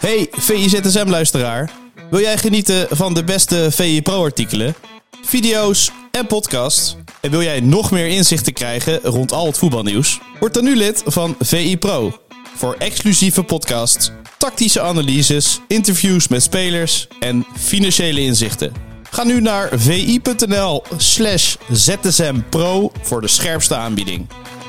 Hey VI-ZSM-luisteraar. Wil jij genieten van de beste VI Pro-artikelen, video's en podcasts? En wil jij nog meer inzichten krijgen rond al het voetbalnieuws? Word dan nu lid van VI Pro. Voor exclusieve podcasts, tactische analyses, interviews met spelers en financiële inzichten. Ga nu naar vi.nl/ZSMPro voor de scherpste aanbieding.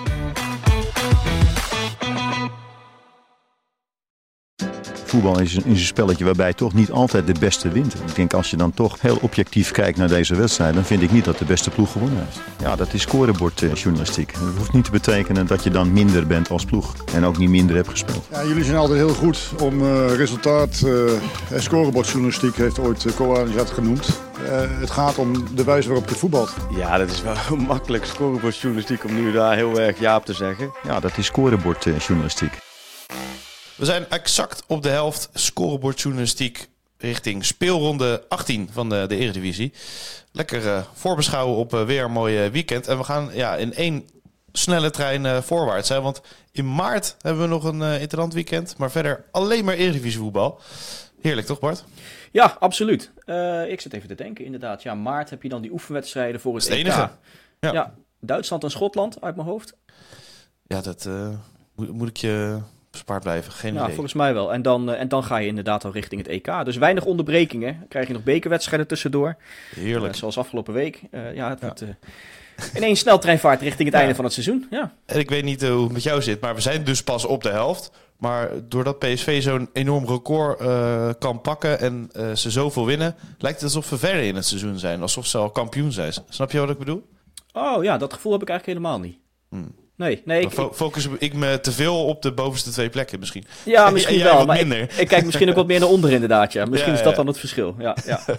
Voetbal is een spelletje waarbij toch niet altijd de beste wint. Ik denk als je dan toch heel objectief kijkt naar deze wedstrijd, dan vind ik niet dat de beste ploeg gewonnen heeft. Ja, dat is scorebordjournalistiek. Dat hoeft niet te betekenen dat je dan minder bent als ploeg en ook niet minder hebt gespeeld. Ja, jullie zijn altijd heel goed om resultaat. Scorebordjournalistiek heeft ooit Koan dat genoemd. Het gaat om de wijze waarop je voetbalt. Ja, dat is wel makkelijk scorebordjournalistiek om nu daar heel erg ja op te zeggen. Ja, dat is scorebordjournalistiek. We zijn exact op de helft scorebordjournalistiek richting speelronde 18 van de Eredivisie. Lekker voorbeschouwen op weer een mooi weekend. En we gaan in één snelle trein voorwaarts. Hè? Want in maart hebben we nog een interland weekend. Maar verder alleen maar Eredivisie voetbal. Heerlijk toch, Bart? Ja, absoluut. Ik zit even te denken, inderdaad. Ja, maart heb je dan die oefenwedstrijden voor het EK. Enige. Ja, Duitsland en Schotland uit mijn hoofd. Ja, dat moet ik je bespaard blijven. Geen idee. Volgens mij wel. En dan ga je inderdaad al richting het EK. Dus weinig onderbrekingen. Dan krijg je nog bekerwedstrijden tussendoor. Heerlijk. Zoals afgelopen week. Het wordt ineens sneltreinvaart richting het einde van het seizoen. Ja. En ik weet niet hoe het met jou zit, maar we zijn dus pas op de helft. Maar doordat PSV zo'n enorm record kan pakken en ze zoveel winnen, lijkt het alsof we verder in het seizoen zijn. Alsof ze al kampioen zijn. Snap je wat ik bedoel? Oh ja, dat gevoel heb ik eigenlijk helemaal niet. Nee. Focus ik me te veel op de bovenste twee plekken misschien. Ja, misschien wel. Maar ik kijk misschien ook wat meer naar onder inderdaad. Ja. Misschien is dat dan het verschil. Ja.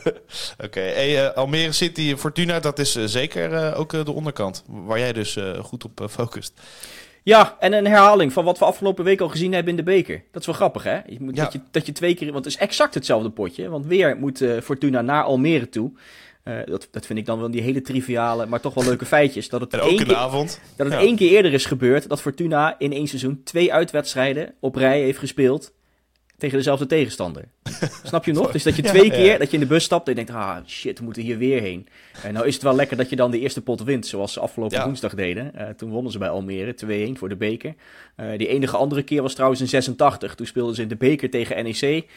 Oké. Almere City, Fortuna, dat is zeker ook de onderkant. Waar jij dus goed op focust. Ja, en een herhaling van wat we afgelopen week al gezien hebben in de beker. Dat is wel grappig, hè? Dat je 2 keer... Want het is exact hetzelfde potje. Want weer moet Fortuna naar Almere toe. Dat vind ik dan wel die hele triviale, maar toch wel leuke feitjes. Dat het en ook in de avond. Dat het 1 keer eerder is gebeurd dat Fortuna in 1 seizoen 2 uitwedstrijden op rij heeft gespeeld tegen dezelfde tegenstander. Snap je nog? Dus dat je 2 keer dat je in de bus stapt en je denkt, shit, we moeten hier weer heen. Nou is het wel lekker dat je dan de eerste pot wint, zoals ze afgelopen woensdag deden. Toen wonnen ze bij Almere, 2-1 voor de beker. Die enige andere keer was trouwens in 86. Toen speelden ze in de beker tegen NEC.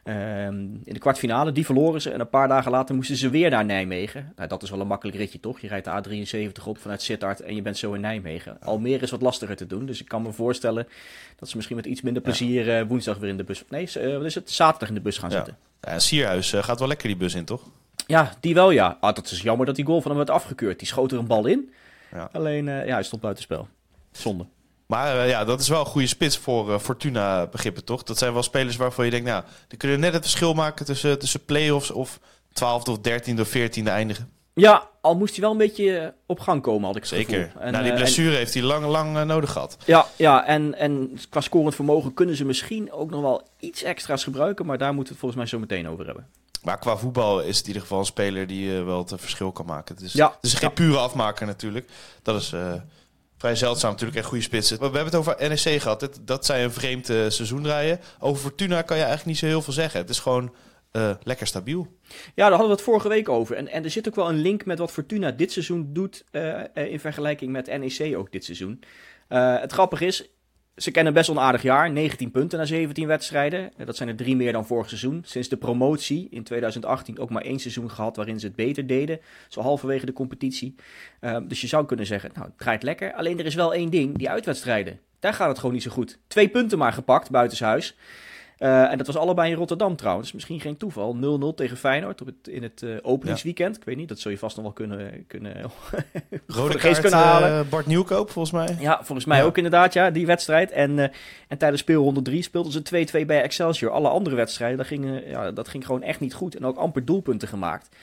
In de kwartfinale, die verloren ze. En een paar dagen later moesten ze weer naar Nijmegen. Nou, dat is wel een makkelijk ritje, toch? Je rijdt de A73 op vanuit Sittard en je bent zo in Nijmegen. Almere is wat lastiger te doen. Dus ik kan me voorstellen dat ze misschien met iets minder plezier woensdag weer in de bus... Nee, wat is het? Zaterdag in de bus gaan zitten. Ja, Sierhuis gaat wel lekker die bus in, toch? Ja, die wel, ja. Dat is jammer dat die goal van hem werd afgekeurd. Die schoot er een bal in. Ja. Alleen, hij stond buitenspel. Zonde. Maar dat is wel een goede spits voor Fortuna begrippen, toch? Dat zijn wel spelers waarvan je denkt, die kunnen net het verschil maken tussen play-offs of 12e of 13e of 14e eindigen. Ja, al moest hij wel een beetje op gang komen, had ik het Zeker. gevoel. En, die blessure heeft hij lang nodig gehad. Ja, en qua scorend vermogen kunnen ze misschien ook nog wel iets extra's gebruiken, maar daar moeten we het volgens mij zo meteen over hebben. Maar qua voetbal is het in ieder geval een speler die wel het verschil kan maken. Het is geen pure afmaker natuurlijk. Dat is... vrij zeldzaam natuurlijk en goede spitsen. We hebben het over NEC gehad. Dat zijn een vreemd seizoen draaien. Over Fortuna kan je eigenlijk niet zo heel veel zeggen. Het is gewoon lekker stabiel. Ja, daar hadden we het vorige week over. En er zit ook wel een link met wat Fortuna dit seizoen doet in vergelijking met NEC ook dit seizoen. Het grappige is, ze kennen best wel een aardig jaar. 19 punten na 17 wedstrijden. Dat zijn er 3 meer dan vorig seizoen. Sinds de promotie in 2018 ook maar 1 seizoen gehad waarin ze het beter deden. Zo halverwege de competitie. Dus je zou kunnen zeggen, het draait lekker. Alleen er is wel 1 ding, die uitwedstrijden. Daar gaat het gewoon niet zo goed. 2 punten maar gepakt buitenshuis. En dat was allebei in Rotterdam trouwens. Misschien geen toeval. 0-0 tegen Feyenoord in het openingsweekend. Ik weet niet, dat zul je vast nog wel kunnen rode kaart kunnen halen. Bart Nieuwkoop volgens mij. Ja, volgens mij ook inderdaad, die wedstrijd. En tijdens speelronde 3 speelden ze 2-2 bij Excelsior. Alle andere wedstrijden, dat ging gewoon echt niet goed. En ook amper doelpunten gemaakt.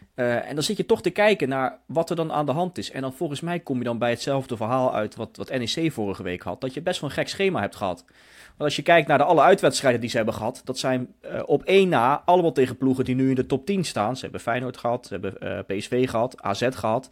En dan zit je toch te kijken naar wat er dan aan de hand is. En dan volgens mij kom je dan bij hetzelfde verhaal uit wat NEC vorige week had. Dat je best wel een gek schema hebt gehad. Want als je kijkt naar alle uitwedstrijden die ze hebben gehad, dat zijn op 1 na allemaal tegen ploegen die nu in de top 10 staan. Ze hebben Feyenoord gehad, ze hebben PSV gehad, AZ gehad,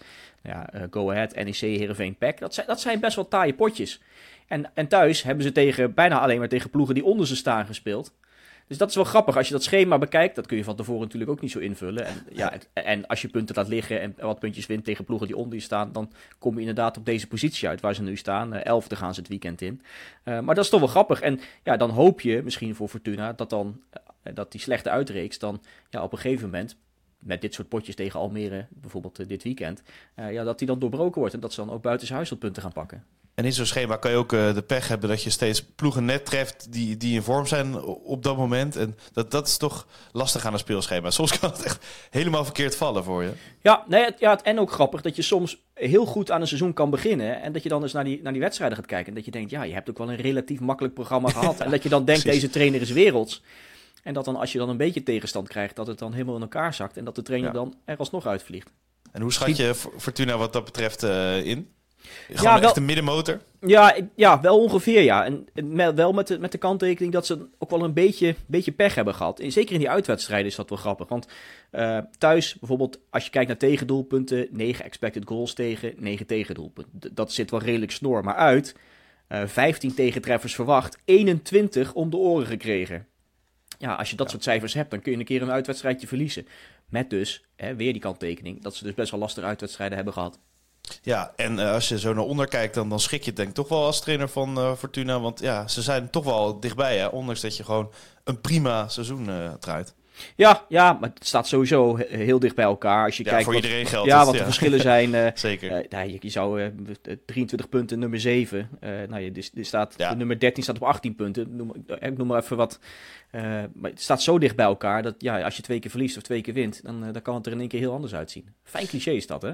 Go Ahead, NEC, Heerenveen, PEC. Dat zijn best wel taaie potjes. En thuis hebben ze bijna alleen maar tegen ploegen die onder ze staan gespeeld. Dus dat is wel grappig. Als je dat schema bekijkt, dat kun je van tevoren natuurlijk ook niet zo invullen. En als je punten laat liggen en wat puntjes wint tegen ploegen die onder je staan, dan kom je inderdaad op deze positie uit waar ze nu staan. 11e gaan ze het weekend in. Maar dat is toch wel grappig. En ja, dan hoop je misschien voor Fortuna dat die slechte uitreeks dan op een gegeven moment, met dit soort potjes tegen Almere, bijvoorbeeld dit weekend, dat die dan doorbroken wordt en dat ze dan ook buitenshuis wat punten gaan pakken. En in zo'n schema kan je ook de pech hebben dat je steeds ploegen net treft die in vorm zijn op dat moment. En dat is toch lastig aan een speelschema. Soms kan het echt helemaal verkeerd vallen voor je. Ja, en ook grappig dat je soms heel goed aan een seizoen kan beginnen en dat je dan eens naar die wedstrijden gaat kijken. En dat je denkt, je hebt ook wel een relatief makkelijk programma gehad. En dat je dan denkt, deze trainer is werelds. En dat dan, als je dan een beetje tegenstand krijgt, dat het dan helemaal in elkaar zakt en dat de trainer dan er alsnog uitvliegt. En hoe schat je Fortuna wat dat betreft in? Gewoon echt een middenmotor? Ja, wel ongeveer, ja. En wel met de kanttekening dat ze ook wel een beetje pech hebben gehad. En zeker in die uitwedstrijden is dat wel grappig. Want thuis, bijvoorbeeld, als je kijkt naar tegendoelpunten, 9 expected goals tegen, 9 tegendoelpunten. Dat zit wel redelijk snor. Maar uit, 15 tegentreffers verwacht, 21 om de oren gekregen. Ja, als je dat soort cijfers hebt, dan kun je een keer een uitwedstrijdje verliezen. Met dus, weer die kanttekening, dat ze dus best wel lastige uitwedstrijden hebben gehad. Ja, en als je zo naar onder kijkt, dan schrik je denk ik toch wel als trainer van Fortuna. Want ja, ze zijn toch wel dichtbij, hè? Ondanks dat je gewoon een prima seizoen draait. Ja, maar het staat sowieso heel dicht bij elkaar. Als je kijkt voor iedereen geldt het. Ja, het, wat de verschillen zijn. Zeker. Je zou 23 punten, nummer 7. De nummer 13 staat op 18 punten. Ik noem maar even wat. Maar het staat zo dicht bij elkaar dat als je 2 keer verliest of 2 keer wint, dan kan het er in één keer heel anders uitzien. Fijn cliché is dat, hè?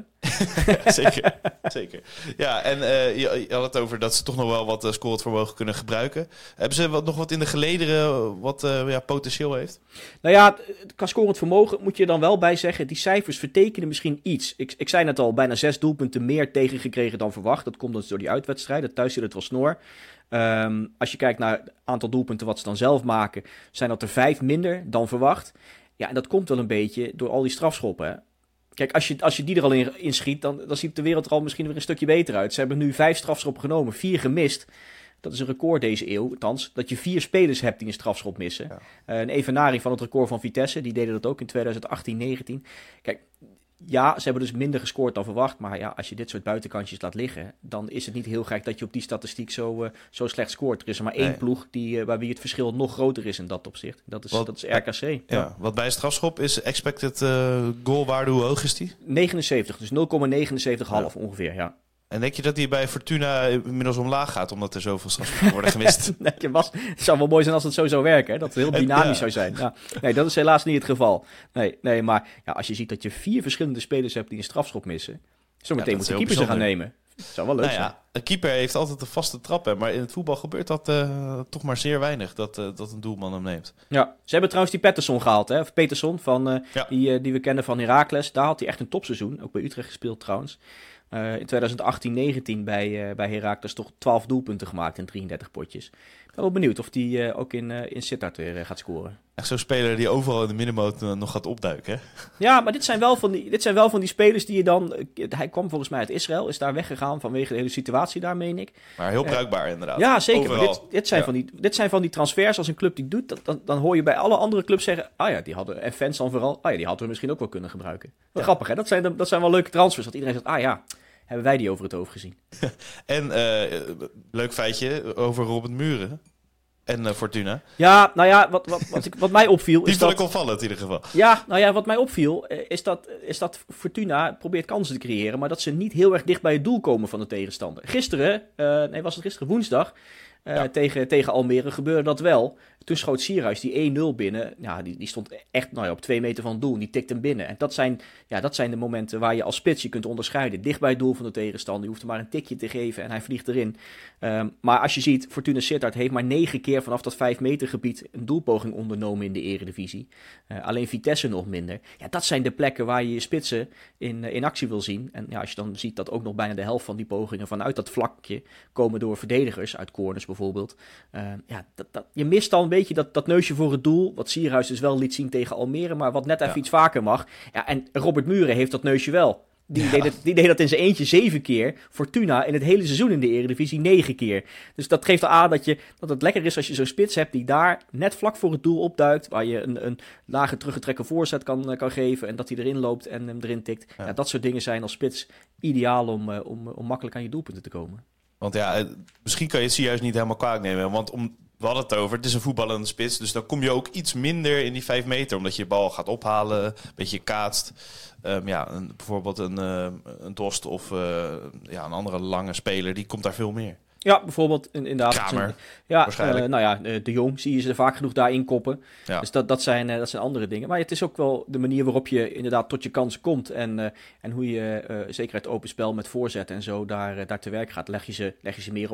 Zeker. Ja, en je had het over dat ze toch nog wel wat scorevermogen kunnen gebruiken. Hebben ze nog wat in de gelederen wat potentieel heeft? Nou ja, qua scorend vermogen moet je dan wel bij zeggen, die cijfers vertekenen misschien iets. Ik zei net al, bijna 6 doelpunten meer tegengekregen dan verwacht. Dat komt dus door die uitwedstrijden. Thuis zit het wel snor. Als je kijkt naar het aantal doelpunten wat ze dan zelf maken, zijn dat er 5 minder dan verwacht. Ja, en dat komt wel een beetje door al die strafschoppen, hè? Kijk, als je die er al in schiet, dan ziet de wereld er al misschien weer een stukje beter uit. Ze hebben nu 5 strafschoppen genomen, 4 gemist. Dat is een record deze eeuw, althans, dat je 4 spelers hebt die een strafschop missen. Ja. Een evenaring van het record van Vitesse, die deden dat ook in 2018-19. Kijk, ja, ze hebben dus minder gescoord dan verwacht. Maar als je dit soort buitenkantjes laat liggen, dan is het niet heel gek dat je op die statistiek zo slecht scoort. Er is er maar één ploeg bij wie het verschil nog groter is in dat opzicht. Dat is RKC. Ja. Wat bij een strafschop is expected goalwaarde, hoe hoog is die? 79, dus 0,79,5 ongeveer, ja. En denk je dat die bij Fortuna inmiddels omlaag gaat, omdat er zoveel strafschoppen worden gemist? Het zou wel mooi zijn als het zo zou werken, hè? Dat het heel dynamisch zou zijn. Ja. Nee, dat is helaas niet het geval. Nee, maar als je ziet dat je 4 verschillende spelers hebt die een strafschop missen, zometeen moet de keeper ze gaan nemen. Dat zou wel leuk zijn. Een keeper heeft altijd een vaste trap, hè, maar in het voetbal gebeurt dat toch maar zeer weinig, dat een doelman hem neemt. Ja, ze hebben trouwens die Pettersson gehaald, hè? Of Peterson, die we kennen van Heracles. Daar had hij echt een topseizoen, ook bij Utrecht gespeeld trouwens. In 2018-19 bij Heracles toch 12 doelpunten gemaakt in 33 potjes. Ik ben wel benieuwd of die ook in Sittard weer gaat scoren. Echt zo'n speler die overal in de middenmoot nog gaat opduiken, hè? Ja, maar dit zijn wel van die spelers die je dan... Hij kwam volgens mij uit Israël, is daar weggegaan vanwege de hele situatie daar, meen ik. Maar heel bruikbaar inderdaad. Ja, zeker. Maar dit zijn van die transfers als een club die doet. Dan hoor je bij alle andere clubs zeggen... die hadden, en fans dan vooral... die hadden we misschien ook wel kunnen gebruiken. Wat grappig, hè? Dat zijn wel leuke transfers. Dat iedereen zegt, hebben wij die over het hoofd gezien. En leuk feitje over Robert Muren en Fortuna. Ja, nou ja, wat mij opviel... Die vond ik opvallend in ieder geval. Ja, wat mij opviel is dat Fortuna probeert kansen te creëren, maar dat ze niet heel erg dicht bij het doel komen van de tegenstander. Gisteren, woensdag, tegen Almere gebeurde dat wel. Toen schoot Sierhuis die 1-0 binnen. Ja, die stond echt op 2 meter van het doel en die tikt hem binnen. En dat zijn de momenten waar je als spits je kunt onderscheiden. Dicht bij het doel van de tegenstander. Je hoeft er maar een tikje te geven en hij vliegt erin. Maar als je ziet, Fortuna Sittard heeft maar 9 keer vanaf dat 5 meter gebied een doelpoging ondernomen in de Eredivisie. Alleen Vitesse nog minder. Ja, dat zijn de plekken waar je je spitsen in actie wil zien. En als je dan ziet dat ook nog bijna de helft van die pogingen vanuit dat vlakje komen door verdedigers, uit corners bijvoorbeeld. Je mist al een beetje dat neusje voor het doel, wat Sierhuis dus wel liet zien tegen Almere, maar wat net even iets vaker mag. Ja, en Robert Muren heeft dat neusje wel. Die deed dat in zijn eentje 7 keer. Fortuna in het hele seizoen in de Eredivisie 9 keer. Dus dat geeft al aan dat het lekker is als je zo'n spits hebt die daar net vlak voor het doel opduikt. Waar je een lage teruggetrekken voorzet kan geven. En dat hij erin loopt en hem erin tikt. Ja, dat soort dingen zijn als spits ideaal om makkelijk aan je doelpunten te komen. Want ja, misschien kan je het juist niet helemaal kwalijk nemen. Want we hadden het over, het is een voetballende spits. Dus dan kom je ook iets minder in die 5 meter. Omdat je de bal gaat ophalen, een beetje kaatst. Bijvoorbeeld een Dost of een andere lange speler, die komt daar veel meer. Ja, bijvoorbeeld inderdaad. Kramer, waarschijnlijk. De Jong zie je ze vaak genoeg daarin koppen. Ja. Dus dat zijn andere dingen. Maar het is ook wel de manier waarop je inderdaad tot je kansen komt. En hoe je zeker het open spel met voorzet en zo daar te werk gaat. Leg je ze meer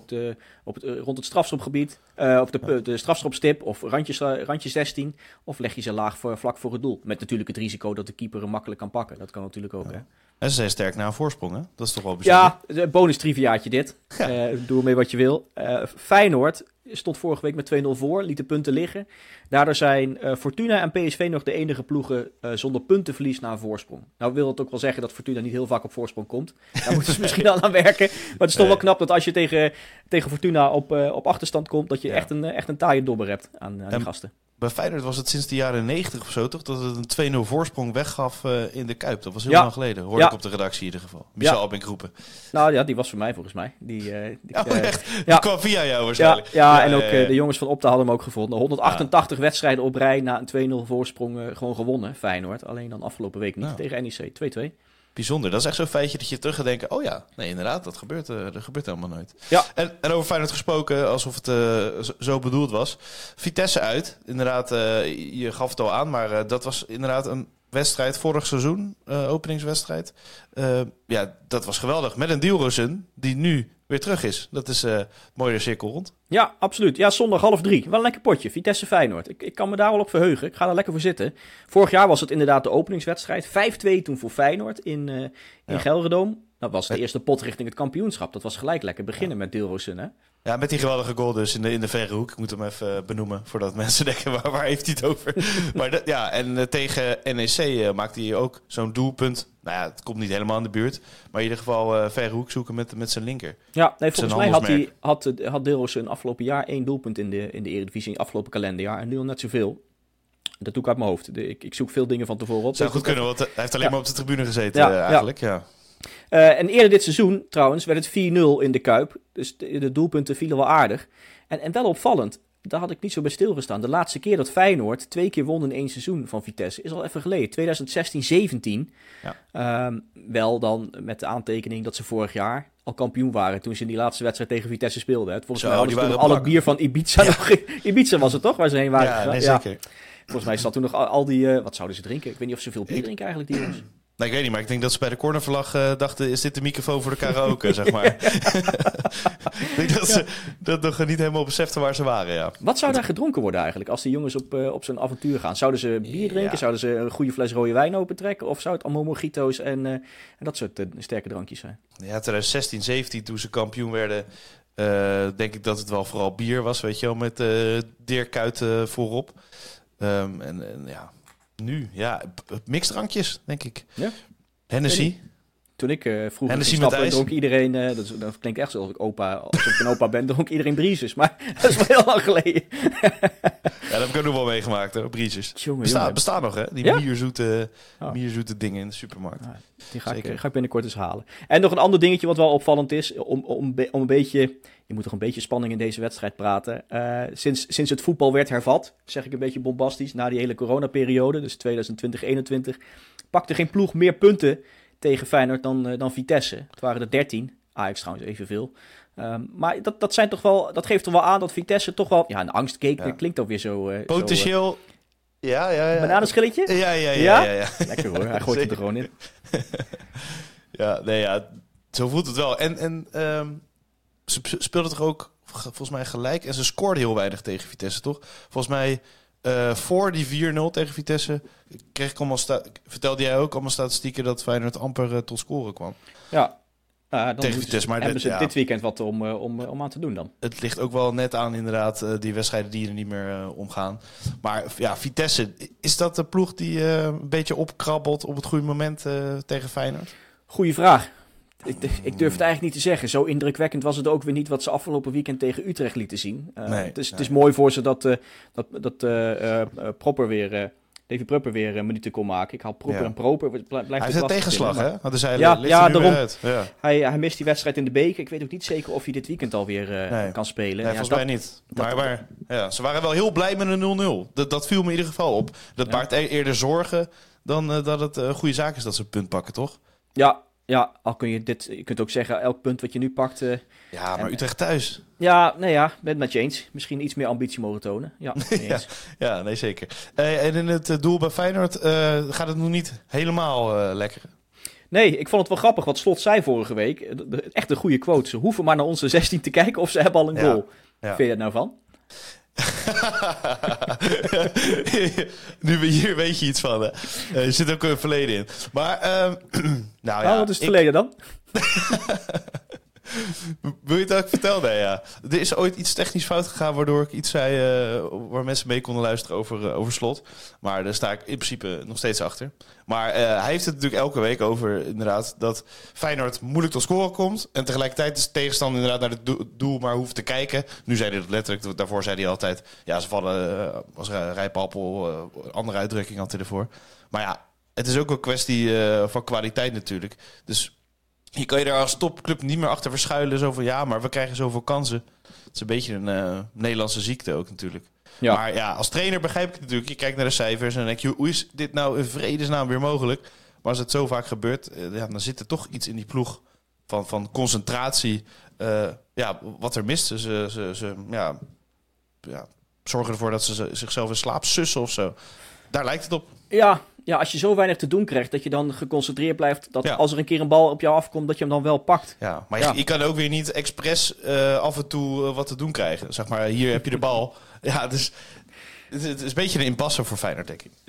rond het strafschopgebied, of de strafschopstip of randje 16. Of leg je ze laag vlak voor het doel. Met natuurlijk het risico dat de keeper hem makkelijk kan pakken. Dat kan natuurlijk ook, hè. En ze zijn sterk naar een voorsprong, hè? Dat is toch wel bijzonder. Ja, bonus triviaatje dit. Doe ermee wat je wil. Feyenoord stond vorige week met 2-0 voor, liet de punten liggen. Daardoor zijn Fortuna en PSV nog de enige ploegen zonder puntenverlies na een voorsprong. Nou wil het ook wel zeggen dat Fortuna niet heel vaak op voorsprong komt. Daar moeten ze misschien al aan werken. Maar het is toch wel knap dat als je tegen Fortuna op achterstand komt, dat je echt een taaie dobber hebt aan die gasten. Bij Feyenoord was het sinds de jaren 90 of zo, toch? Dat het een 2-0 voorsprong weggaf in de Kuip. Dat was heel lang geleden. Hoorde ik op de redactie in ieder geval. Michel Albink roepen. Nou ja, die was voor mij volgens mij. Echt? Die kwam via jou waarschijnlijk. En ook de jongens van Opta hadden hem ook gevonden. 188 wedstrijden op rij na een 2-0 voorsprong gewoon gewonnen, Feyenoord. Alleen dan afgelopen week niet tegen NEC. 2-2. Bijzonder. Dat is echt zo'n feitje dat je terug gaat denken, oh ja, nee inderdaad, dat gebeurt helemaal nooit. Ja. En over Feyenoord gesproken, alsof het zo bedoeld was. Vitesse uit, inderdaad, je gaf het al aan, maar dat was inderdaad een wedstrijd vorig seizoen, openingswedstrijd. Dat was geweldig. Met een Dilrosun die nu weer terug is. Dat is mooie cirkel rond. Ja, absoluut. Ja, zondag 2:30. Wel een lekker potje. Vitesse Feyenoord. Ik kan me daar wel op verheugen. Ik ga er lekker voor zitten. Vorig jaar was het inderdaad de openingswedstrijd. 5-2 toen voor Feyenoord in Gelredome. Dat was de eerste pot richting het kampioenschap. Dat was gelijk lekker beginnen met Dilrosun, hè? Ja, met die geweldige goal dus in de verre hoek. Ik moet hem even benoemen voordat mensen denken, waar heeft hij het over? Maar tegen NEC maakte hij ook zo'n doelpunt. Nou ja, het komt niet helemaal in de buurt. Maar in ieder geval verre hoek zoeken met zijn linker. Ja, nee, volgens mij had Dilrosun afgelopen jaar 1 doelpunt in de Eredivisie, afgelopen kalenderjaar. En nu al net zoveel. Dat doe ik uit mijn hoofd. Ik zoek veel dingen van tevoren op. Zou goed kunnen, want hij heeft alleen maar op de tribune gezeten eigenlijk. Ja. En eerder dit seizoen trouwens werd het 4-0 in de Kuip. Dus de doelpunten vielen wel aardig. En wel opvallend, daar had ik niet zo bij stilgestaan. De laatste keer dat Feyenoord 2 keer won in 1 seizoen van Vitesse is al even geleden. 2016-17. Ja. Wel dan met de aantekening dat ze vorig jaar al kampioen waren toen ze in die laatste wedstrijd tegen Vitesse speelden. Volgens mij hadden ze toen al het bier van Ibiza nog. Ibiza was het toch, waar ze heen waren gegaan? Nee, zeker. Volgens mij zat toen nog al die... wat zouden ze drinken? Ik weet niet of ze veel bier drinken eigenlijk, die jongens. Nee, ik weet niet, maar ik denk dat ze bij de cornervlag dachten, is dit de microfoon voor de karaoke, zeg maar. Ik denk dat ze dat nog niet helemaal beseften waar ze waren, ja. Wat zou daar gedronken worden eigenlijk, als die jongens op zo'n avontuur gaan? Zouden ze bier drinken? Ja. Zouden ze een goede fles rode wijn opentrekken? Of zou het allemaal mojito's en dat soort sterke drankjes zijn? Ja, 2016, 17, toen ze kampioen werden, denk ik dat het wel vooral bier was, weet je wel, met Dirk Kuyt voorop. Nu, mixdrankjes, denk ik. Ja? Hennessy. Toen ik vroeger ging stappen, dronk iedereen... dat klinkt echt alsof ik een opa ben, dronk iedereen Briezes. Maar dat is wel heel lang geleden. Ja, dat heb ik ook nog wel meegemaakt, hoor. Briezes. Bestaan nog, hè? Die mierzoete dingen in de supermarkt. Ja, die ga ik binnenkort eens halen. En nog een ander dingetje wat wel opvallend is, om een beetje... Je moet toch een beetje spanning in deze wedstrijd praten. Sinds het voetbal werd hervat, zeg ik een beetje bombastisch, na die hele coronaperiode, dus 2020-21, pakte geen ploeg meer punten tegen Feyenoord dan Vitesse. Het waren er 13. Ajax trouwens evenveel. Maar dat zijn toch wel, dat geeft toch wel aan dat Vitesse toch wel... Ja, een angstkeek klinkt ook weer zo... potentieel... Ja. Bananenschilletje? Ja. Lekker hoor, hij gooit het er gewoon in. Zo voelt het wel. En ze speelden toch ook volgens mij gelijk. En ze scoorden heel weinig tegen Vitesse, toch? Volgens mij voor die 4-0 tegen Vitesse kreeg ik allemaal vertelde jij ook allemaal statistieken dat Feyenoord amper tot scoren kwam. Ja. Dan tegen Vitesse. Maar hebben ze dit weekend wat om aan te doen dan. Het ligt ook wel net aan inderdaad die wedstrijden die er niet meer omgaan. Maar ja, Vitesse, is dat de ploeg die een beetje opkrabbelt op het goede moment tegen Feyenoord? Goeie vraag. Ik durf het eigenlijk niet te zeggen. Zo indrukwekkend was het ook weer niet wat ze afgelopen weekend tegen Utrecht lieten zien. Het is mooi voor ze dat Prupper weer... Davy Prupper weer minuten kon maken. Ik haal Prupper en Proper. Hij heeft een tegenslag, hè? Hadden zij daarom. Uit. Ja. Hij mist die wedstrijd in de beker. Ik weet ook niet zeker of hij dit weekend alweer kan spelen. Nee, volgens mij niet. Maar ze waren wel heel blij met een 0-0. Dat viel me in ieder geval op. Dat baart eerder zorgen dan dat het een goede zaak is dat ze een punt pakken, toch? Ja, al kun je dit... Je kunt ook zeggen, elk punt wat je nu pakt... maar Utrecht thuis. Ja, ben het met je eens. Misschien iets meer ambitie mogen tonen. Ja, nee, zeker. En in het doel bij Feyenoord gaat het nog niet helemaal lekker. Nee, ik vond het wel grappig wat Slot zei vorige week. Echt een goede quote. Ze hoeven maar naar onze 16 te kijken of ze hebben al een goal. Ja. Vind je dat nou van? Nu hier weet je iets van. Er zit ook een verleden in. Maar, wat is het verleden dan? Wil je het ook vertellen? Nee, ja. Er is ooit iets technisch fout gegaan waardoor ik iets zei waar mensen mee konden luisteren over Slot. Maar daar sta ik in principe nog steeds achter. Maar hij heeft het natuurlijk elke week over inderdaad dat Feyenoord moeilijk tot scoren komt. En tegelijkertijd is de tegenstander inderdaad naar het doel maar hoeft te kijken. Nu zei hij dat letterlijk. Daarvoor zei hij altijd, ze vallen als rijpe appel. Andere uitdrukking had hij ervoor. Maar ja, het is ook een kwestie van kwaliteit natuurlijk. Dus... Je kan je daar als topclub niet meer achter verschuilen. Zo van, maar we krijgen zoveel kansen. Het is een beetje een Nederlandse ziekte ook natuurlijk. Ja. Maar ja, als trainer begrijp ik het natuurlijk. Je kijkt naar de cijfers en dan denk je... hoe is dit nou in vredesnaam weer mogelijk? Maar als het zo vaak gebeurt... dan zit er toch iets in die ploeg van concentratie. Wat er mist. Ze zorgen ervoor dat ze zichzelf in slaap sussen of zo. Daar lijkt het op. Ja, als je zo weinig te doen krijgt, dat je dan geconcentreerd blijft, dat als er een keer een bal op jou afkomt, dat je hem dan wel pakt. Ja, maar je kan ook weer niet expres af en toe wat te doen krijgen. Zeg maar, hier heb je de bal. Ja, dus het is een beetje een impasse voor Feyenoord, denk ik.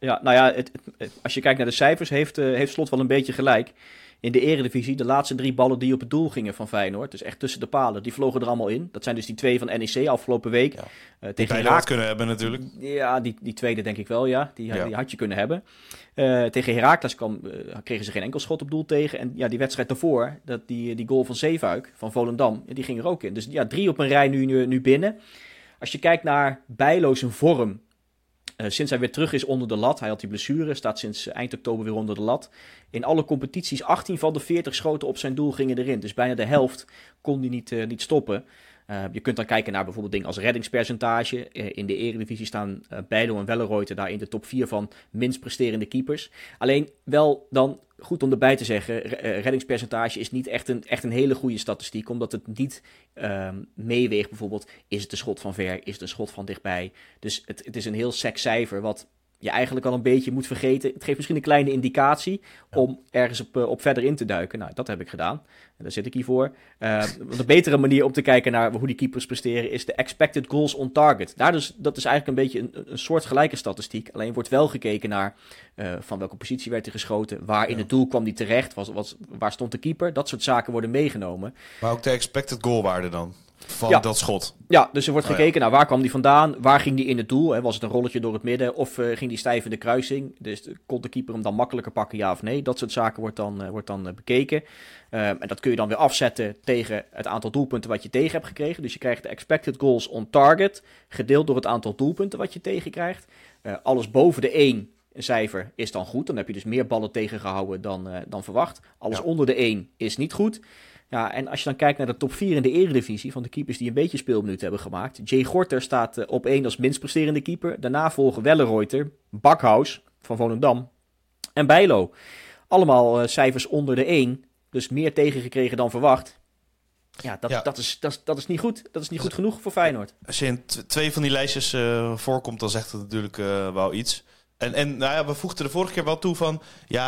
Als je kijkt naar de cijfers, heeft Slot wel een beetje gelijk. In de Eredivisie, de laatste 3 ballen die op het doel gingen van Feyenoord, dus echt tussen de palen, die vlogen er allemaal in. Dat zijn dus die 2 van NEC afgelopen week. Tegen Herakles kunnen hebben natuurlijk. Ja, die tweede denk ik wel, ja. Die had je kunnen hebben. Tegen Herakles kregen ze geen enkel schot op doel tegen. En die wedstrijd daarvoor, die goal van Zeefuik, van Volendam, die ging er ook in. Dus 3 op een rij nu binnen. Als je kijkt naar Bijlo zijn vorm, sinds hij weer terug is onder de lat, hij had die blessure, staat sinds eind oktober weer onder de lat. In alle competities 18 van de 40 schoten op zijn doel gingen erin. Dus bijna de helft kon hij niet stoppen. Je kunt dan kijken naar bijvoorbeeld dingen als reddingspercentage. In de Eredivisie staan Bijlo en Welleroyte daar in de top 4 van minst presterende keepers. Alleen wel dan goed om erbij te zeggen, reddingspercentage is niet echt een hele goede statistiek, omdat het niet meeweegt bijvoorbeeld, is het een schot van ver, is het een schot van dichtbij. Dus het is een heel sec cijfer wat je eigenlijk al een beetje moet vergeten. Het geeft misschien een kleine indicatie om ergens op verder in te duiken. Nou, dat heb ik gedaan. En daar zit ik hier voor. Een betere manier om te kijken naar hoe die keepers presteren is de expected goals on target. Dat is eigenlijk een beetje een soortgelijke statistiek. Alleen wordt wel gekeken naar van welke positie werd er geschoten, waar in het doel kwam die terecht, waar stond de keeper. Dat soort zaken worden meegenomen. Maar ook de expected goalwaarde dan? Van dat schot. Ja, dus er wordt gekeken naar waar kwam die vandaan, waar ging die in het doel, hè? Was het een rolletje door het midden of ging die stijf in de kruising, dus kon de keeper hem dan makkelijker pakken, ja of nee, dat soort zaken wordt dan bekeken. En dat kun je dan weer afzetten tegen het aantal doelpunten wat je tegen hebt gekregen, dus je krijgt de expected goals on target, gedeeld door het aantal doelpunten wat je tegenkrijgt. Alles boven de 1 cijfer is dan goed, dan heb je dus meer ballen tegengehouden dan verwacht. Alles onder de 1 is niet goed. Ja, en als je dan kijkt naar de top 4 in de Eredivisie van de keepers die een beetje speelminuten hebben gemaakt. Jay Gorter staat op 1 als minst presterende keeper. Daarna volgen Welleroyte, Bakhuis van Volendam en Bijlo. Allemaal cijfers onder de 1, dus meer tegengekregen dan verwacht. Ja, dat is niet goed. Dat is niet goed genoeg voor Feyenoord. Als je in 2 van die lijstjes voorkomt, dan zegt het natuurlijk wel iets. En we voegden de vorige keer wel toe van,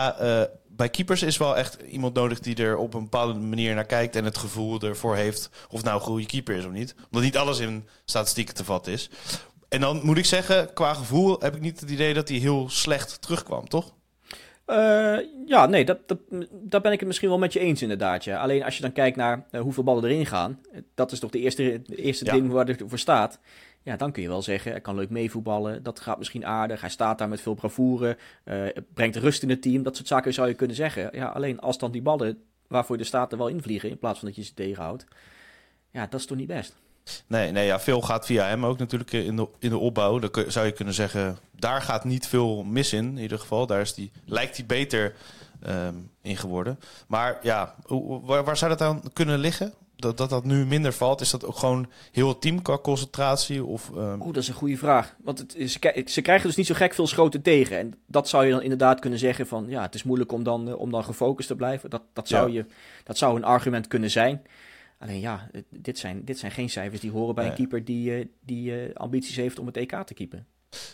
bij keepers is wel echt iemand nodig die er op een bepaalde manier naar kijkt en het gevoel ervoor heeft of het nou een goede keeper is of niet. Omdat niet alles in statistieken te vatten is. En dan moet ik zeggen, qua gevoel heb ik niet het idee dat hij heel slecht terugkwam, toch? daar ben ik het misschien wel met je eens inderdaad. Ja. Alleen als je dan kijkt naar hoeveel ballen erin gaan, dat is toch de eerste ding waar het voor staat. Ja, dan kun je wel zeggen, hij kan leuk meevoetballen, dat gaat misschien aardig. Hij staat daar met veel bravoure, brengt rust in het team. Dat soort zaken zou je kunnen zeggen. Ja, alleen als dan die ballen waarvoor je er staat er wel invliegen, in plaats van dat je ze tegenhoudt. Ja, dat is toch niet best. Nee, veel gaat via hem ook natuurlijk in de opbouw. Dan zou je kunnen zeggen, daar gaat niet veel mis in ieder geval. Daar lijkt hij beter in geworden. Maar ja, waar zou dat dan kunnen liggen? Dat nu minder valt? Is dat ook gewoon heel het team qua concentratie? Dat is een goede vraag. Want ze krijgen dus niet zo gek veel schoten tegen. En dat zou je dan inderdaad kunnen zeggen van... ja, het is moeilijk om dan gefocust te blijven. Dat zou een argument kunnen zijn. Alleen ja, dit zijn geen cijfers die horen bij een keeper die ambities heeft om het EK te keepen.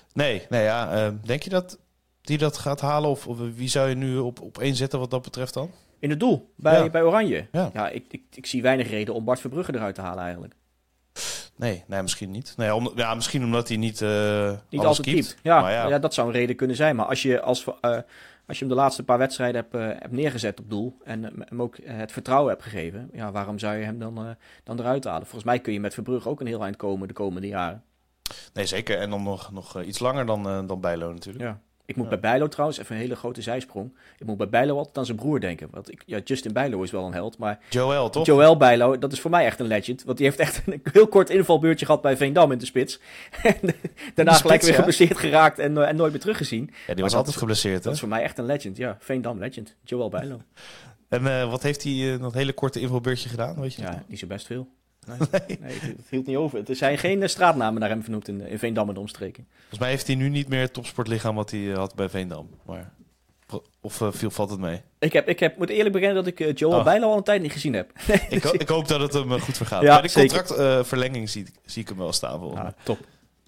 Denk je dat die dat gaat halen? Of wie zou je nu op één zetten wat dat betreft dan? In het doel, bij Oranje. Ja, ik zie weinig reden om Bart Verbrugge eruit te halen eigenlijk. Nee, misschien niet. Misschien omdat hij niet altijd keept. Ja, dat zou een reden kunnen zijn. Maar als je hem de laatste paar wedstrijden hebt neergezet op doel en hem ook het vertrouwen hebt gegeven, ja, waarom zou je hem dan eruit halen? Volgens mij kun je met Verbrugge ook een heel eind komen de komende jaren. Nee, zeker. En dan nog iets langer dan Bijlo natuurlijk. Ja. Ik moet bij Bijlo trouwens, even een hele grote zijsprong. Ik moet bij Bijlo altijd aan zijn broer denken. Want Justin Bijlo is wel een held, maar... Joël, toch? Joël Bijlo, dat is voor mij echt een legend. Want die heeft echt een heel kort invalbeurtje gehad bij Veendam in de spits. En daarna gelijk weer geblesseerd geraakt en nooit meer teruggezien. Ja, die was altijd geblesseerd, hè? Dat is voor mij echt een legend, ja. Veendam legend, Joël Bijlo. En wat heeft hij dat hele korte invalbeurtje gedaan, weet je? Ja, niet zo best veel. Nee, het hield niet over. Er zijn geen straatnamen naar hem vernoemd in Veendam en de omstreken. Volgens mij heeft hij nu niet meer het topsportlichaam wat hij had bij Veendam. Maar... Of valt het mee? Ik moet eerlijk bekennen dat ik Joël Bijlo al een tijd niet gezien heb. Ik hoop dat het hem goed vergaat. Ja, bij de contractverlenging zie ik hem wel staan volgens mij. Top.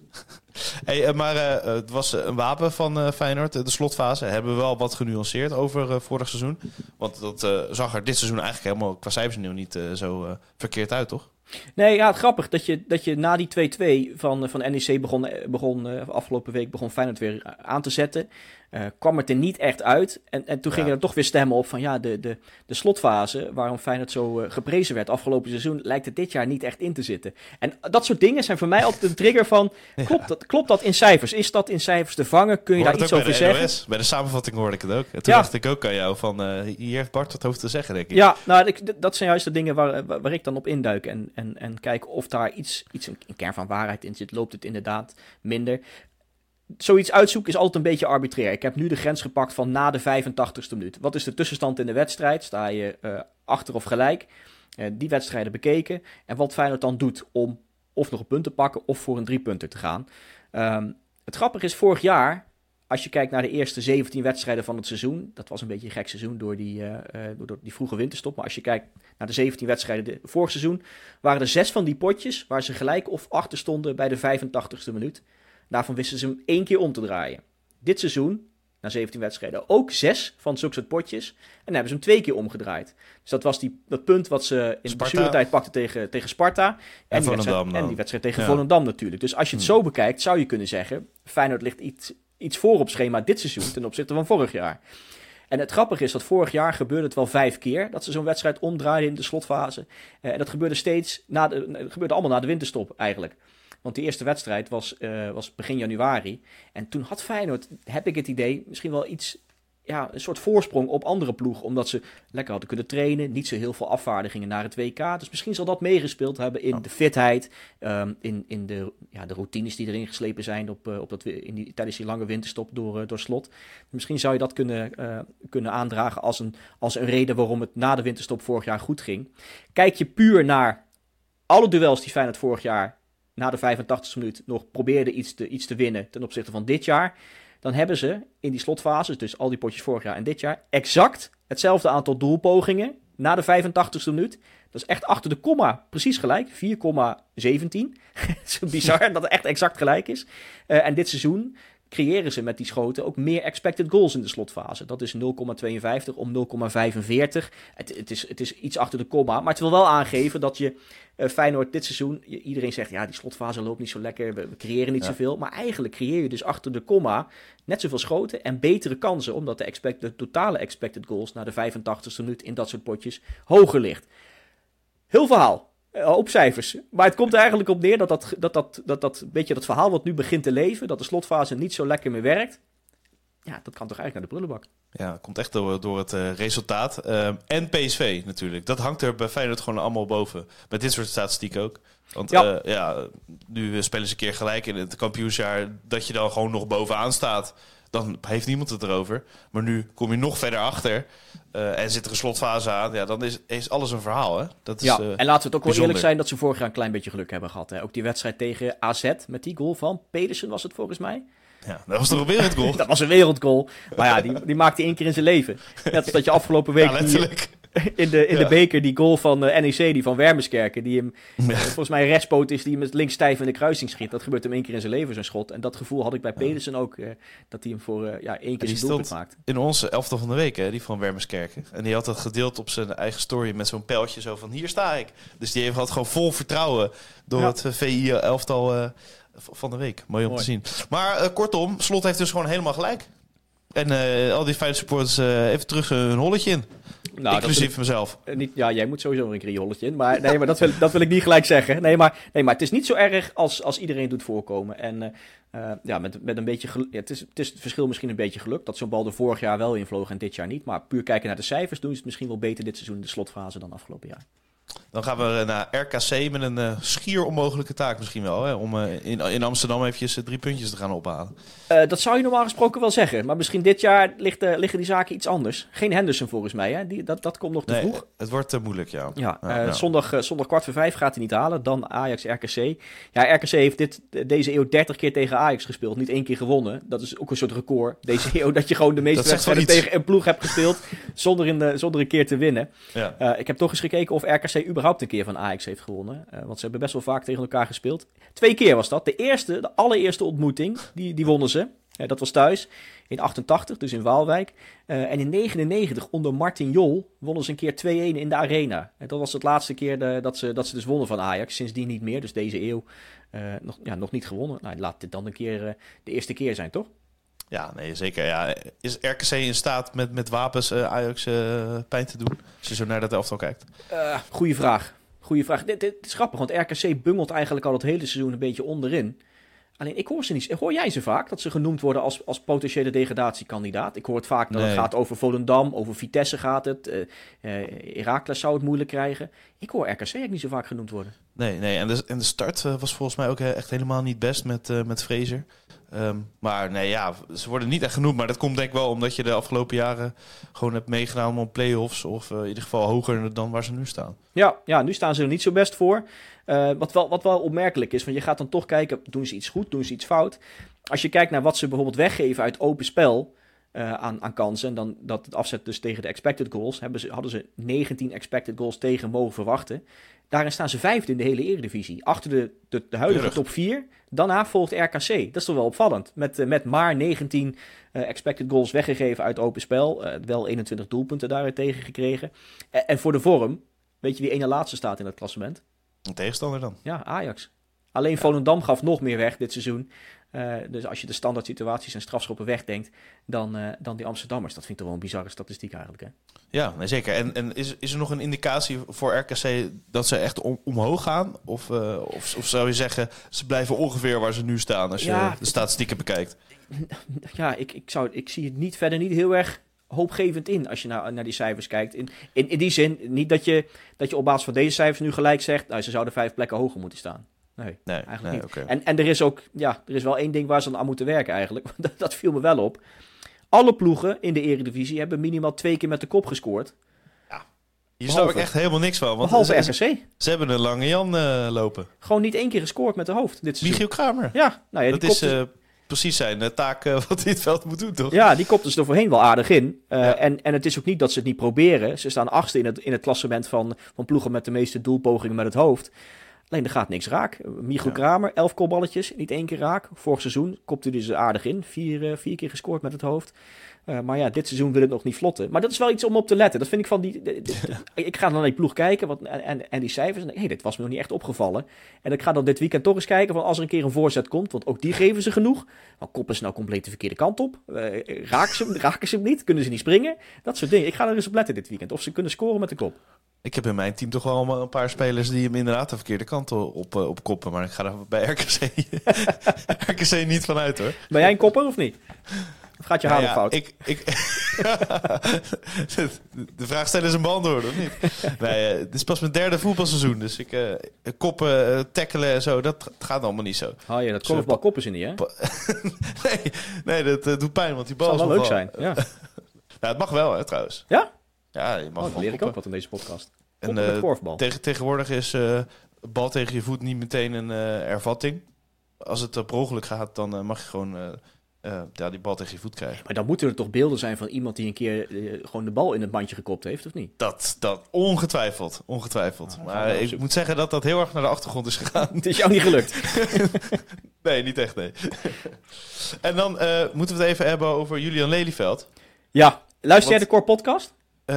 Het was een wapen van Feyenoord. De slotfase hebben we wel wat genuanceerd over vorig seizoen. Want dat zag er dit seizoen eigenlijk helemaal qua cijfers niet zo verkeerd uit, toch? Nee, ja, grappig dat je na die 2-2 van NEC afgelopen week begon Feyenoord weer aan te zetten. Kwam het er niet echt uit. En toen gingen er toch weer stemmen op van ja, de slotfase, waarom Feyenoord zo geprezen werd afgelopen seizoen, lijkt het dit jaar niet echt in te zitten. En dat soort dingen zijn voor mij altijd een trigger van, klopt dat in cijfers? Is dat in cijfers te vangen? Kun je daar iets over zeggen? Bij de samenvatting hoorde ik het ook. Toen dacht ik ook aan jou van, hier heeft Bart het over te zeggen, denk ik. Ja, nou, dat zijn juist de dingen waar ik dan op induik en kijk of daar iets een kern van waarheid in zit. Loopt het inderdaad minder? Zoiets uitzoeken is altijd een beetje arbitrair. Ik heb nu de grens gepakt van na de 85ste minuut. Wat is de tussenstand in de wedstrijd? Sta je achter of gelijk? Die wedstrijden bekeken. En wat Feyenoord dan doet om of nog een punt te pakken of voor een 3-punter te gaan. Het grappige is, vorig jaar, als je kijkt naar de eerste 17 wedstrijden van het seizoen, dat was een beetje een gek seizoen door die vroege winterstop. Maar als je kijkt naar de 17 wedstrijden vorig seizoen, waren er 6 van die potjes waar ze gelijk of achter stonden bij de 85ste minuut. Daarvan wisten ze hem 1 keer om te draaien. Dit seizoen, na 17 wedstrijden, ook 6 van zulke soort potjes. En dan hebben ze hem 2 keer omgedraaid. Dus dat was dat punt wat ze in de blessuretijd pakten tegen Sparta. En die wedstrijd tegen Volendam natuurlijk. Dus als je het zo bekijkt, zou je kunnen zeggen, Feyenoord ligt iets voor op schema dit seizoen ten opzichte van vorig jaar. En het grappige is dat vorig jaar gebeurde het wel 5 keer dat ze zo'n wedstrijd omdraaiden in de slotfase. En dat gebeurde gebeurde allemaal na de winterstop eigenlijk. Want die eerste wedstrijd was begin januari. En toen had Feyenoord, heb ik het idee, misschien wel een soort voorsprong op andere ploegen. Omdat ze lekker hadden kunnen trainen. Niet zo heel veel afvaardigingen naar het WK. Dus misschien zal dat meegespeeld hebben in de fitheid. In de routines die erin geslepen zijn tijdens die lange winterstop door Slot. Misschien zou je dat kunnen aandragen als een reden waarom het na de winterstop vorig jaar goed ging. Kijk je puur naar alle duels die Feyenoord vorig jaar na de 85e minuut nog probeerde iets te winnen ten opzichte van dit jaar, dan hebben ze in die slotfases, dus al die potjes vorig jaar en dit jaar, exact hetzelfde aantal doelpogingen na de 85e minuut. Dat is echt achter de komma precies gelijk, 4,17. Het is bizar dat het echt exact gelijk is. En dit seizoen creëren ze met die schoten ook meer expected goals in de slotfase. Dat is 0,52 om 0,45. Het is iets achter de komma, maar het wil wel aangeven dat je Feyenoord dit seizoen, iedereen zegt die slotfase loopt niet zo lekker, we creëren niet zoveel, maar eigenlijk creëer je dus achter de komma net zoveel schoten en betere kansen, omdat de totale expected goals na de 85e minuut in dat soort potjes hoger ligt. Heel verhaal. Op cijfers. Maar het komt er eigenlijk op neer dat beetje dat verhaal wat nu begint te leven, dat de slotfase niet zo lekker meer werkt. Ja, dat kan toch eigenlijk naar de prullenbak. Ja, dat komt echt door het resultaat. En PSV natuurlijk. Dat hangt er bij Feyenoord gewoon allemaal boven. Met dit soort statistiek ook. Want nu spelen ze een keer gelijk in het kampioensjaar dat je dan gewoon nog bovenaan staat. Dan heeft niemand het erover. Maar nu kom je nog verder achter en zit er een slotfase aan. Ja, dan is alles een verhaal. Hè? Dat is, en laten we het ook wel eerlijk zijn dat ze vorig jaar een klein beetje geluk hebben gehad. Hè? Ook die wedstrijd tegen AZ met die goal van Pedersen was het volgens mij. Ja, dat was toch een wereldgoal? Dat was een wereldgoal. Maar ja, die maakte 1 keer in zijn leven. Net als dat je afgelopen week in de beker die goal van NEC, die van Wermerskerken, die hem volgens mij een rechtspoot is, die hem met links stijf in de kruising schiet. Dat gebeurt hem 1 keer in zijn leven, zo'n schot. En dat gevoel had ik bij Pedersen ook, dat hij hem voor 1 keer zijn doelpunt maakt. In onze elftal van de week, hè, die van Wermerskerken. En die had dat gedeeld op zijn eigen story met zo'n pijltje zo van hier sta ik. Dus die had gewoon vol vertrouwen door het VI-elftal van de week. Mooi om te zien. Maar kortom, Slot heeft dus gewoon helemaal gelijk. En al die Feyenoord supporters even terug hun holletje in. Nou, inclusief mezelf. Jij moet sowieso een keer je holletje in. Maar nee, maar dat wil ik niet gelijk zeggen. Nee, maar het is niet zo erg als iedereen doet voorkomen. En met een beetje het is het verschil misschien een beetje geluk. Dat zo'n bal er vorig jaar wel invloog en dit jaar niet. Maar puur kijken naar de cijfers doen ze het misschien wel beter dit seizoen in de slotfase dan afgelopen jaar. Dan gaan we naar RKC met een schier onmogelijke taak misschien wel. Hè? Om in Amsterdam eventjes 3 puntjes te gaan ophalen. Dat zou je normaal gesproken wel zeggen. Maar misschien dit jaar liggen die zaken iets anders. Geen Henderson volgens mij. Hè? Dat komt nog te vroeg. Het wordt moeilijk, ja. Zondag 4:15 gaat hij niet halen. Dan Ajax-RKC. Ja, RKC heeft deze eeuw 30 keer tegen Ajax gespeeld. Niet 1 keer gewonnen. Dat is ook een soort record. Deze eeuw dat je gewoon de meeste wedstrijden tegen een ploeg hebt gespeeld. zonder een keer te winnen. Ja. Ik heb toch eens gekeken of RKC überhaupt een keer van Ajax heeft gewonnen. Want ze hebben best wel vaak tegen elkaar gespeeld. 2 keer was dat. De allereerste ontmoeting, die wonnen ze. Dat was thuis. In 88, dus in Waalwijk. En in 99, onder Martin Jol, wonnen ze een keer 2-1 in de Arena. En dat was het laatste keer dat ze dus wonnen van Ajax. Sindsdien niet meer, dus deze eeuw nog niet gewonnen. Nou, laat dit dan een keer de eerste keer zijn, toch? Ja, nee, zeker. Ja. Is RKC in staat met wapens Ajax pijn te doen? Als je zo naar dat elftal kijkt. Goeie vraag. Dit is grappig, want RKC bungelt eigenlijk al het hele seizoen een beetje onderin. Alleen, ik hoor ze niet. Hoor jij ze vaak, dat ze genoemd worden als potentiële degradatiekandidaat? Ik hoor het vaak dat het gaat over Volendam, over Vitesse gaat het. Heracles zou het moeilijk krijgen. Ik hoor RKC eigenlijk niet zo vaak genoemd worden. Nee. En de start was volgens mij ook echt helemaal niet best met Fraser. Maar nee, ja, ze worden niet echt genoemd. Maar dat komt denk ik wel omdat je de afgelopen jaren gewoon hebt meegedaan om play-offs. Of in ieder geval hoger dan waar ze nu staan. Ja, nu staan ze er niet zo best voor. Wat wel opmerkelijk is, want je gaat dan toch kijken, doen ze iets goed, doen ze iets fout. Als je kijkt naar wat ze bijvoorbeeld weggeven uit open spel aan kansen, en dan dat het afzet dus tegen de expected goals, hadden ze 19 expected goals tegen mogen verwachten. Daarin staan ze 5e in de hele Eredivisie. Achter de huidige top 4. Daarna volgt RKC. Dat is toch wel opvallend. Met maar 19 expected goals weggegeven uit open spel. Wel 21 doelpunten daaruit tegen gekregen. En voor de vorm, weet je wie ene laatste staat in het klassement? Een tegenstander dan? Ja, Ajax. Alleen Volendam gaf nog meer weg dit seizoen. Dus als je de standaard situaties en strafschoppen wegdenkt dan die Amsterdammers. Dat vind ik toch wel een bizarre statistiek eigenlijk, hè? Ja, nee, zeker. En is er nog een indicatie voor RKC dat ze echt omhoog gaan? Of zou je zeggen, ze blijven ongeveer waar ze nu staan als je de statistieken bekijkt? Ja, ik zie het niet heel erg hoopgevend in als je naar die cijfers kijkt. In die zin, niet dat je op basis van deze cijfers nu gelijk zegt, nou, ze zouden 5 plekken hoger moeten staan. Nee, eigenlijk niet. Okay. En er is wel 1 ding waar ze dan aan moeten werken eigenlijk. Dat viel me wel op. Alle ploegen in de Eredivisie hebben minimaal 2 keer met de kop gescoord. Ja, hier snap ik echt helemaal niks van. Want behalve RKC. Ze hebben een Lange Jan lopen. Gewoon niet 1 keer gescoord met de hoofd dit seizoen. Michiel Kramer. Ja, nou ja, dat is precies zijn taak wat hij het veld moet doen, toch? Ja, die kopt dus er voorheen wel aardig in. En het is ook niet dat ze het niet proberen. Ze staan 8e in het klassement van ploegen met de meeste doelpogingen met het hoofd. Alleen er gaat niks raak. Michiel Kramer, 11 kopballetjes, niet 1 keer raak. Vorig seizoen kopte hij ze aardig in. 4 keer gescoord met het hoofd. Maar ja, dit seizoen wil het nog niet vlotten. Maar dat is wel iets om op te letten. Dat vind ik van ik ga dan naar die ploeg kijken en die cijfers. En denk, dit was me nog niet echt opgevallen. En ik ga dan dit weekend toch eens kijken van als er een keer een voorzet komt. Want ook die geven ze genoeg. Maar koppen ze nou compleet de verkeerde kant op? Raken ze hem niet? Kunnen ze niet springen? Dat soort dingen. Ik ga er eens op letten dit weekend. Of ze kunnen scoren met de kop. Ik heb in mijn team toch wel een paar spelers die hem inderdaad de verkeerde kant op koppen. Maar ik ga er bij RKC niet van uit, hoor. Ben jij een kopper of niet? Of gaat je haar fout? De vraag stellen is een beantwoorden, of niet? Nee, het is pas mijn 3e voetbalseizoen. Dus koppen, tackelen en zo, dat gaat allemaal niet zo. Oh ja, dat korfbal koppen ze niet, hè? nee, dat doet pijn, want die bal zal wel leuk zijn, ja. Het mag wel, hè, trouwens. Ja? Ja, je mag dan leer ik ook wat in deze podcast. En met korfbal. Tegenwoordig is bal tegen je voet niet meteen een ervatting. Als het per ongeluk gaat, dan mag je gewoon die bal tegen je voet krijgen. Maar dan moeten er toch beelden zijn van iemand die een keer gewoon de bal in het mandje gekopt heeft, of niet? Dat ongetwijfeld. Maar ik moet zeggen dat dat heel erg naar de achtergrond is gegaan. Het is jou niet gelukt. Nee, niet echt, nee. En dan moeten we het even hebben over Julian Lelyveld. Ja, luister jij de Core podcast?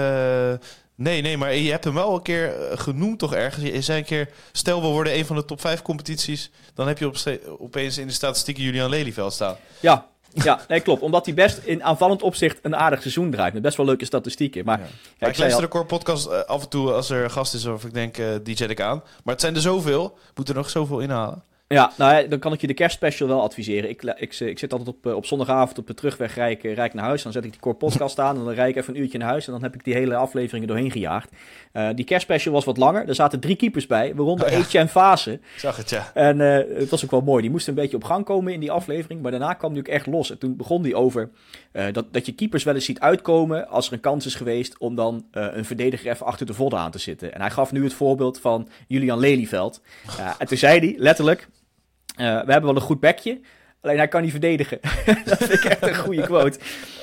Nee, maar je hebt hem wel een keer genoemd toch ergens. Je zei een keer, stel we worden een van de top 5 competities, dan heb je opeens in de statistieken Julian Lelyveld staan. Ja, nee, klopt. Omdat hij best in aanvallend opzicht een aardig seizoen draait. Met best wel leuke statistieken. Maar ik luister de Core podcast af en toe als er een gast is of ik denk, die zet ik aan. Maar het zijn er zoveel. Moet er nog zoveel inhalen. Ja, nou, dan kan ik je de kerstspecial wel adviseren. Ik zit altijd op zondagavond op de terugweg rijd ik naar huis. Dan zet ik die Core podcast aan en dan rijd ik even een uurtje naar huis. En dan heb ik die hele afleveringen doorheen gejaagd. Die kerstspecial was wat langer. Er zaten 3 keepers bij, waaronder Etienne Fase. Ik zag het, ja. En het was ook wel mooi. Die moest een beetje op gang komen in die aflevering. Maar daarna kwam die ook echt los. En toen begon die over dat je keepers wel eens ziet uitkomen als er een kans is geweest om dan een verdediger even achter de vodden aan te zitten. En hij gaf nu het voorbeeld van Julian Lelyveld. En toen zei hij letterlijk, we hebben wel een goed bekje, alleen hij kan niet verdedigen. Dat vind ik echt een goede quote.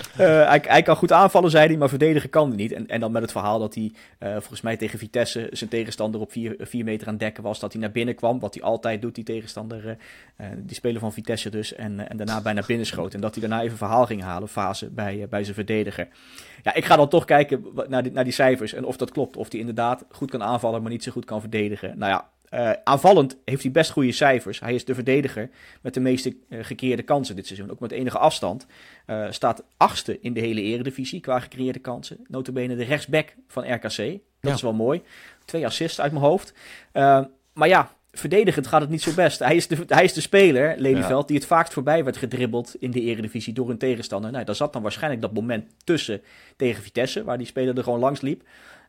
Hij kan goed aanvallen, zei hij, maar verdedigen kan hij niet. En dan met het verhaal dat hij volgens mij tegen Vitesse zijn tegenstander op 4 meter aan het dekken was. Dat hij naar binnen kwam, wat hij altijd doet, die tegenstander. Die speler van Vitesse dus. En daarna bijna binnen schoot. En dat hij daarna even verhaal ging halen, Fase, bij zijn verdediger. Ja, ik ga dan toch kijken naar die cijfers en of dat klopt. Of hij inderdaad goed kan aanvallen, maar niet zo goed kan verdedigen. Nou ja. Aanvallend heeft hij best goede cijfers. Hij is de verdediger met de meeste gecreëerde kansen dit seizoen. Ook met enige afstand. Staat 8e in de hele eredivisie qua gecreëerde kansen. Nota bene de rechtsback van RKC. Dat is wel mooi. 2 assists uit mijn hoofd. Maar ja, verdedigend gaat het niet zo best. Hij is de speler, Lelyveld, die het vaakst voorbij werd gedribbeld in de eredivisie door een tegenstander. Nou, daar zat dan waarschijnlijk dat moment tussen tegen Vitesse, waar die speler er gewoon langs liep.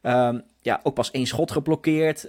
Ook pas 1 schot geblokkeerd.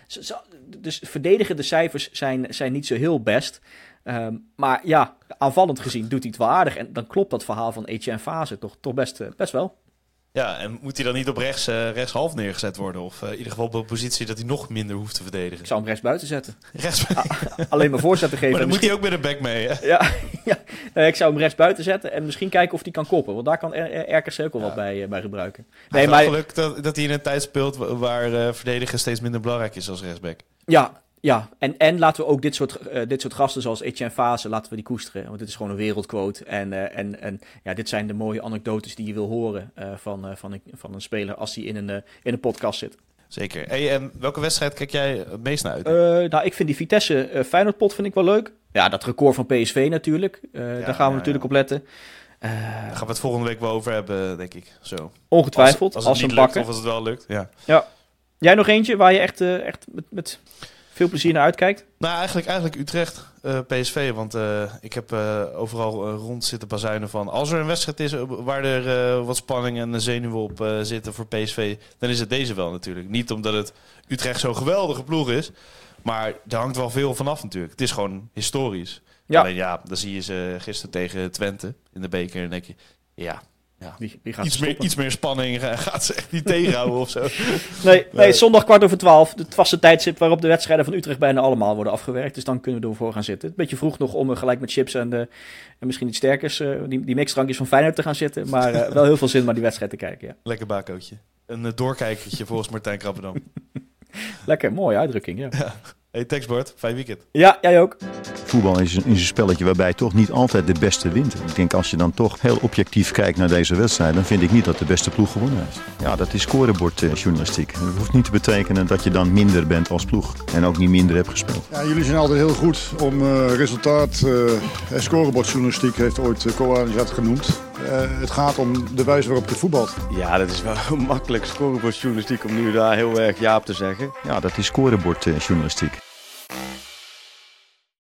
Dus verdedigende cijfers zijn niet zo heel best. Maar ja, aanvallend gezien doet hij het wel aardig. En dan klopt dat verhaal van Etienne Fase toch best wel. Ja, en moet hij dan niet op rechtshalf neergezet worden? Of in ieder geval op een positie dat hij nog minder hoeft te verdedigen? Ik zou hem rechtsbuiten zetten. Rechtsbuiten? Alleen maar voorzetten geven. Maar dan moet hij ook met een back mee, hè? Ja, ik zou hem rechtsbuiten zetten en misschien kijken of hij kan koppen. Want daar kan RKC ook wel wat bij gebruiken. Nee, maar geluk dat hij in een tijd speelt waar verdedigen steeds minder belangrijk is als rechtsback. Ja, en laten we ook dit soort gasten zoals Etienne Fase, laten we die koesteren. Want dit is gewoon een wereldquote. En dit zijn de mooie anekdotes die je wil horen van een speler als hij in een podcast zit. Zeker. Hey, en welke wedstrijd kijk jij het meest naar uit? Ik vind die Vitesse Feyenoord-pot vind ik wel leuk. Ja, dat record van PSV natuurlijk. Daar gaan we natuurlijk op letten. Daar gaan we het volgende week wel over hebben, denk ik. Zo. Ongetwijfeld, als het niet lukt of als het wel lukt. Ja. Jij nog eentje waar je echt met veel plezier naar uitkijkt? Nou, eigenlijk Utrecht, PSV. Want ik heb overal rond zitten bazuinen van... Als er een wedstrijd is waar er wat spanning en zenuwen op zitten voor PSV... dan is het deze wel natuurlijk. Niet omdat het Utrecht zo'n geweldige ploeg is... maar er hangt wel veel vanaf natuurlijk. Het is gewoon historisch. Ja. Alleen dan zie je ze gisteren tegen Twente in de beker... en denk je, wie gaat iets meer spanning gaat ze echt niet tegenhouden of zo. Nee, zondag 11:15. Het vaste tijdstip waarop de wedstrijden van Utrecht bijna allemaal worden afgewerkt. Dus dan kunnen we ervoor gaan zitten. Een beetje vroeg nog om gelijk met chips en misschien iets sterkers, die mixdrankjes van Feyenoord te gaan zitten. Maar wel heel veel zin om naar die wedstrijd te kijken. Ja. Lekker bakootje. Een doorkijkertje volgens Martijn Krabbedam. Lekker, mooie uitdrukking, ja. Hey, tekstbord, fijn weekend. Ja, jij ook. Voetbal is een spelletje waarbij toch niet altijd de beste wint. Ik denk als je dan toch heel objectief kijkt naar deze wedstrijd, dan vind ik niet dat de beste ploeg gewonnen heeft. Ja, dat is scorebordjournalistiek. Dat hoeft niet te betekenen dat je dan minder bent als ploeg en ook niet minder hebt gespeeld. Ja, jullie zijn altijd heel goed om resultaat. Scorebordjournalistiek heeft ooit Koanjat genoemd. Het gaat om de wijze waarop je voetbalt. Ja, dat is wel makkelijk scorebordjournalistiek om nu daar heel erg ja op te zeggen. Ja, dat is scorebordjournalistiek.